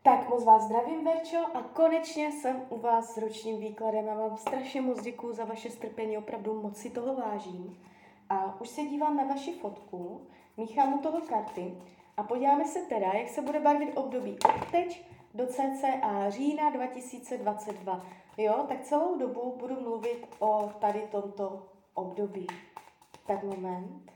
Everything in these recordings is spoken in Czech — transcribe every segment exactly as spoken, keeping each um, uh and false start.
Tak moc vás zdravím, Verčo, a konečně jsem u vás s ročním výkladem. Já vám strašně moc děkuju za vaše strpení, opravdu moc si toho vážím. A už se dívám na vaši fotku, míchám u toho karty a podíváme se teda, jak se bude barvit období od teď do cca října dva tisíce dvacet dva. Jo, tak celou dobu budu mluvit o tady tomto období. Tak moment.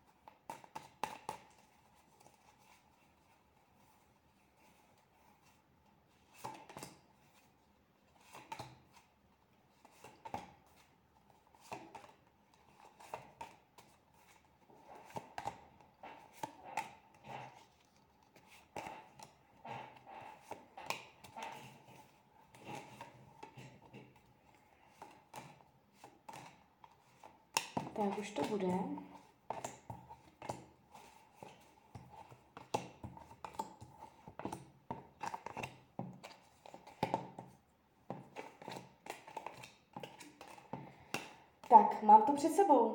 Tak už to bude. Tak, mám to před sebou.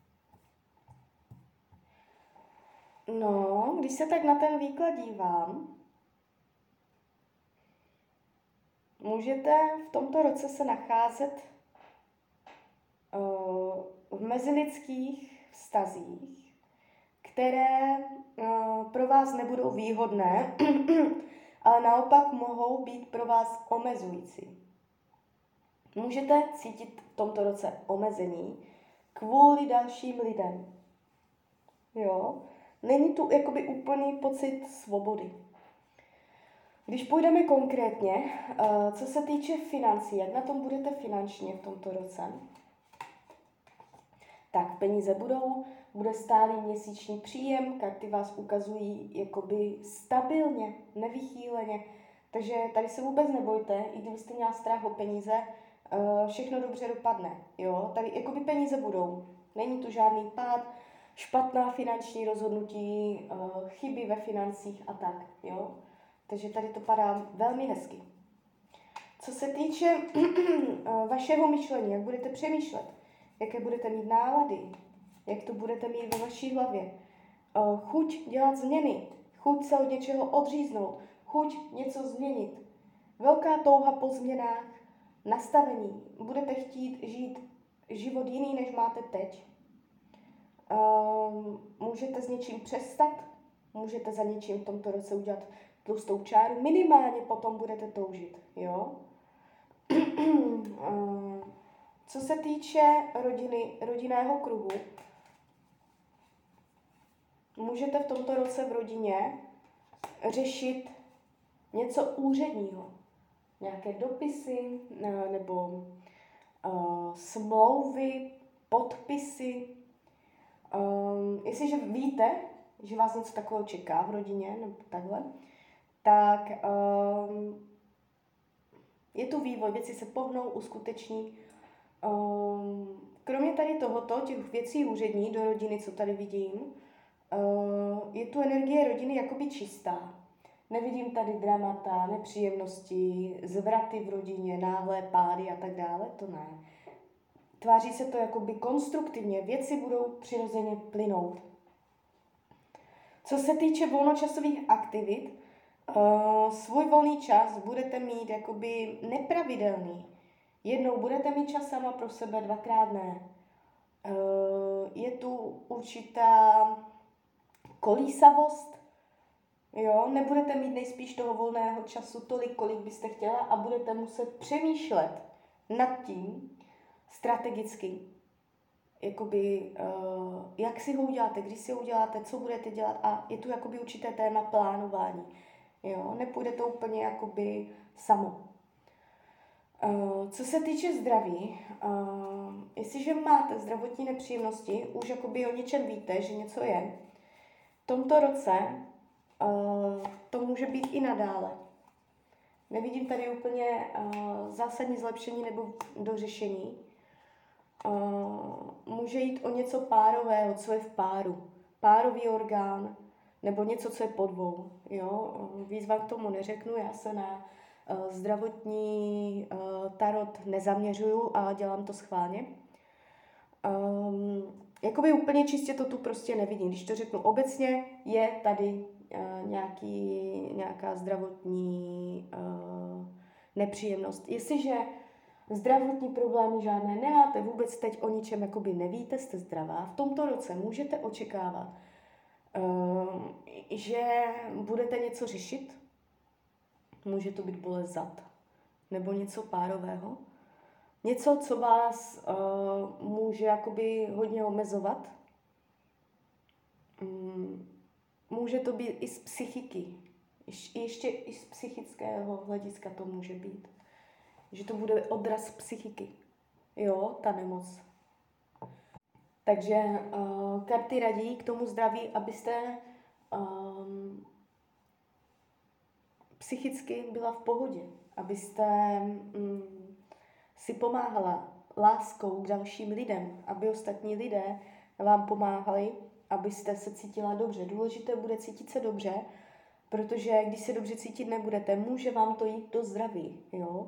No, když se tak na ten výklad dívám, můžete v tomto roce se nacházet uh, v mezilidských vztazích, které uh, pro vás nebudou výhodné, ale naopak mohou být pro vás omezující. Můžete cítit v tomto roce omezení kvůli dalším lidem. Jo? Není tu jakoby úplný pocit svobody. Když půjdeme konkrétně, co se týče financí, jak na tom budete finančně v tomto roce, tak peníze budou, bude stálý měsíční příjem, karty vás ukazují jakoby stabilně, nevychýleně, takže tady se vůbec nebojte, i kdybyste měla strach o peníze, všechno dobře dopadne, jo, tady jakoby peníze budou, není tu žádný pád, špatná finanční rozhodnutí, chyby ve financích a tak, jo, takže tady to padá velmi hezky. Co se týče vašeho myšlení, jak budete přemýšlet, jaké budete mít nálady, jak to budete mít ve vaší hlavě, chuť dělat změny, chuť se od něčeho odříznout, chuť něco změnit, velká touha po změnách, nastavení, budete chtít žít život jiný, než máte teď. Um, můžete s něčím přestat, můžete za něčím v tomto roce udělat tlustou čáru, minimálně potom budete toužit, jo. um, co se týče rodiny, rodinného kruhu, můžete v tomto roce v rodině řešit něco úředního, nějaké dopisy nebo uh, smlouvy, podpisy. Um, jestliže víte, že vás něco takového čeká v rodině nebo takhle, tak um, je tu vývoj, věci se pohnou, uskuteční. Um, kromě tady tohoto, těch věcí úřední do rodiny, co tady vidím, uh, je tu energie rodiny jakoby čistá. Nevidím tady dramata, nepříjemnosti, zvraty v rodině, náhlé pády a tak dále, to ne. Tváří se to jakoby konstruktivně, věci budou přirozeně plynout. Co se týče volnočasových aktivit, uh, svůj volný čas budete mít jakoby nepravidelný. Jednou budete mít čas sama pro sebe, dvakrát ne. Uh, je tu určitá kolísavost, jo? Nebudete mít nejspíš toho volného času tolik, kolik byste chtěla a budete muset přemýšlet nad tím, strategicky, jakoby, uh, jak si ho uděláte, když si ho uděláte, co budete dělat a je tu jakoby určité téma plánování. Jo? Nepůjde to úplně jakoby samo. Uh, co se týče zdraví, uh, jestliže máte zdravotní nepříjemnosti, už jakoby o něčem víte, že něco je, v tomto roce uh, to může být i nadále. Nevidím tady úplně uh, zásadní zlepšení nebo dořešení. Uh, může jít o něco párového, co je v páru. Párový orgán, nebo něco, co je pod dvou. Jo? Víc vám k tomu neřeknu, já se na uh, zdravotní uh, tarot nezaměřuju a dělám to schválně. Um, jakoby úplně čistě to tu prostě nevidím. Když to řeknu obecně, je tady uh, nějaký, nějaká zdravotní uh, nepříjemnost. Jestliže zdravotní problémy žádné nemáte, vůbec teď o ničem jakoby nevíte, jste zdravá, v tomto roce můžete očekávat, uh, že budete něco řešit. Může to být bolest zad, nebo něco párového. Něco, co vás uh, může jakoby hodně omezovat. Um, může to být i z psychiky. Ješ, ještě i z psychického hlediska to může být. Že to bude odraz psychiky. Jo, ta nemoc. Takže uh, karty radí k tomu zdraví, abyste um, psychicky byla v pohodě. Abyste um, si pomáhala láskou k dalším lidem, aby ostatní lidé vám pomáhali, abyste se cítila dobře. Důležité bude cítit se dobře, protože když se dobře cítit nebudete, může vám to jít do zdraví. Jo?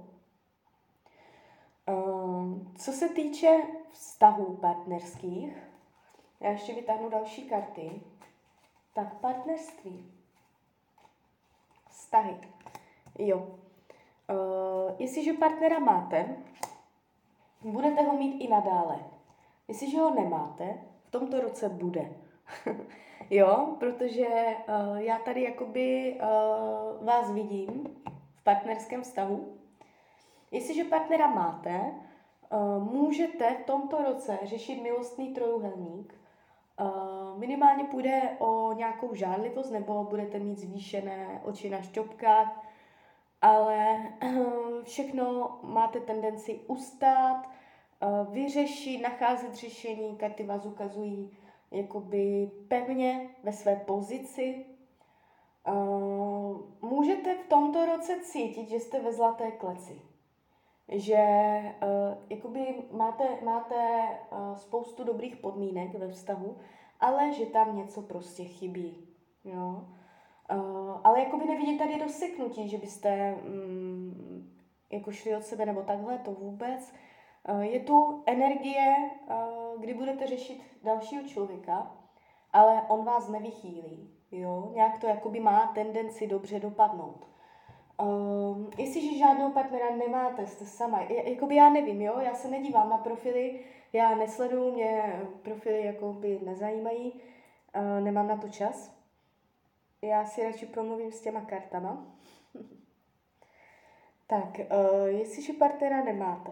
Uh, co se týče vztahů partnerských, já ještě vytáhnu další karty, tak partnerství, vztahy, jo. Uh, jestliže partnera máte, budete ho mít i nadále. Jestliže ho nemáte, v tomto roce bude. Jo, protože uh, já tady jakoby uh, vás vidím v partnerském vztahu. Jestliže partnera máte, uh, můžete v tomto roce řešit milostný trojúhelník. Uh, minimálně půjde o nějakou žádlivost, nebo budete mít zvýšené oči na šťopkách, ale uh, všechno máte tendenci ustát, uh, vyřešit, nacházet řešení. Karty vás ukazují jakoby pevně ve své pozici. Uh, můžete v tomto roce cítit, že jste ve zlaté kleci. Že uh, jakoby máte, máte uh, spoustu dobrých podmínek ve vztahu, ale že tam něco prostě chybí. Jo? Uh, ale jakoby nevidím tady rozseknutí, že byste um, jako šli od sebe nebo takhle, to vůbec. Uh, je tu energie, uh, kdy budete řešit dalšího člověka, ale on vás nevychýlí. Jo? Nějak to jakoby má tendenci dobře dopadnout. Um, jestliže žádného partnera nemáte, jste sama, jakoby já nevím, jo, já se nedívám na profily, já nesleduju, mě profily jakoby nezajímají, uh, nemám na to čas, já si radši promluvím s těma kartama. Tak, uh, jestliže partnera nemáte,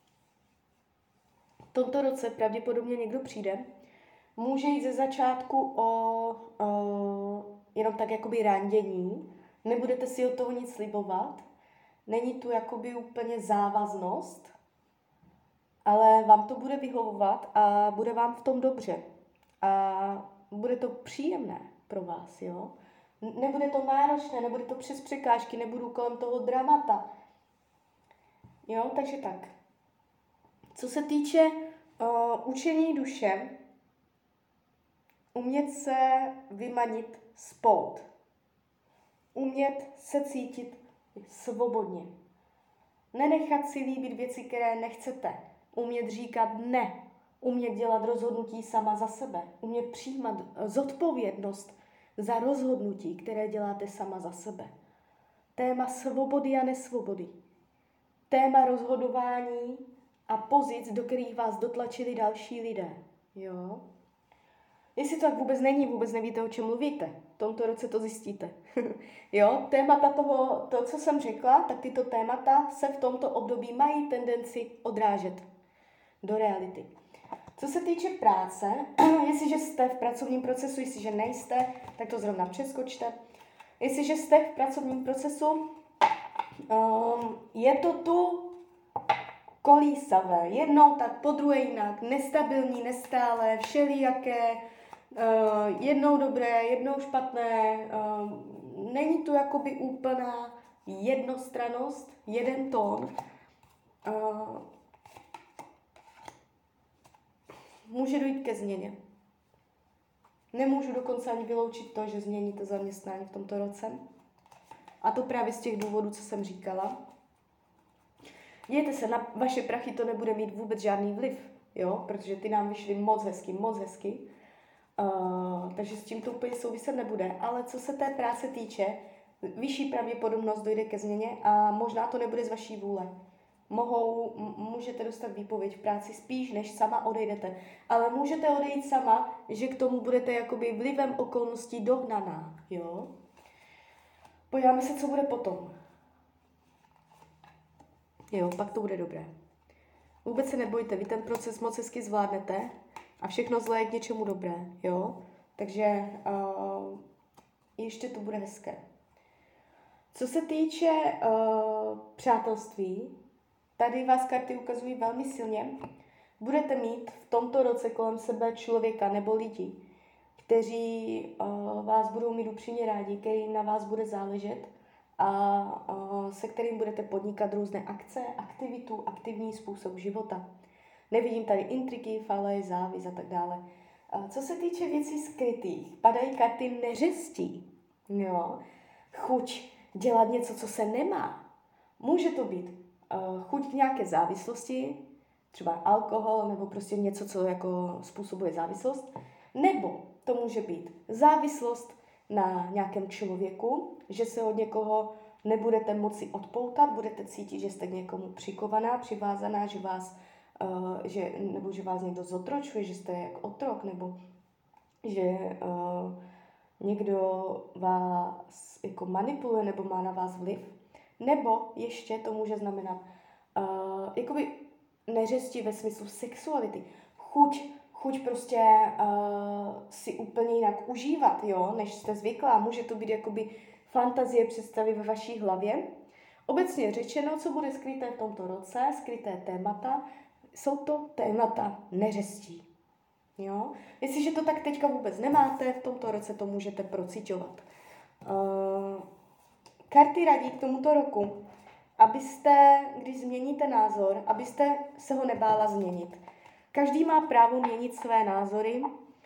v tomto roce pravděpodobně někdo přijde, může jít ze začátku o uh, jenom tak jakoby randění. Nebudete si od toho nic slibovat, není tu jakoby úplně závaznost, ale vám to bude vyhovovat a bude vám v tom dobře. A bude to příjemné pro vás, jo. Nebude to náročné, nebude to přes překážky, nebudu kolem toho dramata. Jo, takže tak. Co se týče uh, učení duše, umět se vymanit z pout. Umět se cítit svobodně. Nenechat si líbit věci, které nechcete. Umět říkat ne. Umět dělat rozhodnutí sama za sebe. Umět přijímat zodpovědnost za rozhodnutí, které děláte sama za sebe. Téma svobody a nesvobody. Téma rozhodování a pozic, do kterých vás dotlačili další lidé. Jo? Jestli to tak vůbec není, vůbec nevíte, o čem mluvíte. V tomto roce to zjistíte. Jo, témata toho, to, co jsem řekla, tak tyto témata se v tomto období mají tendenci odrážet do reality. Co se týče práce, jestliže jste v pracovním procesu, jestliže nejste, tak to zrovna přeskočte. Jestliže jste v pracovním procesu, um, je to tu kolísavé. Jednou tak, po druhé jinak, nestabilní, nestálé, všelijaké, uh, jednou dobré, jednou špatné. Uh, není tu jakoby úplná jednostrannost, jeden tón. Uh, může dojít ke změně. Nemůžu dokonce ani vyloučit to, že změníte zaměstnání v tomto roce. A to právě z těch důvodů, co jsem říkala. Dějte se, na vaše prachy to nebude mít vůbec žádný vliv, jo? Protože ty nám vyšly moc hezky, moc hezky. Uh, takže s tím to úplně souviset nebude. Ale co se té práce týče, vyšší pravděpodobnost dojde ke změně a možná to nebude z vaší vůle. Mohou, m- můžete dostat výpověď v práci spíš, než sama odejdete. Ale můžete odejít sama, že k tomu budete jakoby vlivem okolností dohnaná. Jo? Podíváme se, co bude potom. Jo, pak to bude dobré. Vůbec se nebojte, vy ten proces moc hezky zvládnete a všechno zlé je k něčemu dobré, jo? Takže uh, ještě to bude hezké. Co se týče uh, přátelství, tady vás karty ukazují velmi silně. Budete mít v tomto roce kolem sebe člověka nebo lidi, kteří uh, vás budou mít upřímně rádi, kterým na vás bude záležet a uh, se kterým budete podnikat různé akce, aktivitu, aktivní způsob života. Nevidím tady intriky, fale, závis a tak dále. Uh, co se týče věcí skrytých, padají karty neřestí, jo? Chuť dělat něco, co se nemá. Může to být uh, chuť k nějaké závislosti, třeba alkohol nebo prostě něco, co jako způsobuje závislost, nebo to může být závislost na nějakém člověku, že se od někoho nebudete moci odpoutat, budete cítit, že jste k někomu přikovaná, přivázaná, že vás, uh, že, nebo že vás někdo zotročuje, že jste jak otrok, nebo že uh, někdo vás jako manipuluje nebo má na vás vliv. Nebo ještě to může znamenat uh, jakoby neřesti ve smyslu sexuality. Chuť, chuť prostě uh, si úplně jinak užívat, jo, než jste zvyklá. Může to být jakoby fantazie, představy ve vaší hlavě. Obecně řečeno, co bude skryté v tomto roce, skryté témata, jsou to témata neřestí. Jo? Jestliže to tak teďka vůbec nemáte, v tomto roce to můžete procíťovat. Uh, karty radí k tomuto roku, abyste, když změníte názor, abyste se ho nebála změnit. Každý má právo měnit své názory. Uh,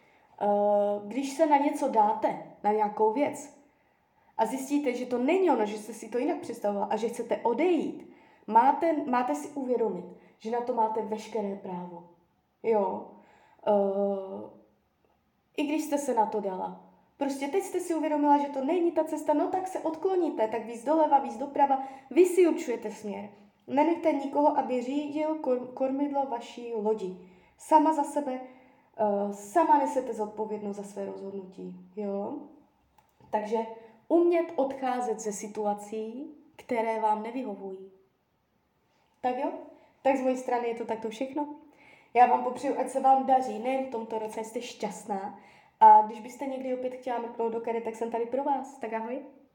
když se na něco dáte, na nějakou věc, a zjistíte, že to není ono, že jste si to jinak představovala a že chcete odejít, máte, máte si uvědomit, že na to máte veškeré právo. Jo. Uh, I když jste se na to dala. Prostě teď jste si uvědomila, že to není ta cesta, no tak se odkloníte, tak víc doleva, víc doprava, vy si určujete směr. Nenechte nikoho, aby řídil kor- kormidlo vaší lodi. Sama za sebe, uh, sama nesete zodpovědnost za své rozhodnutí. Jo? Takže umět odcházet ze situací, které vám nevyhovují. Tak jo? Tak z mojí strany je to takto všechno. Já vám popřeju, ať se vám daří, nejen v tomto roce, jste šťastná. A když byste někdy opět chtěla mrknout do karet, tak jsem tady pro vás. Tak ahoj.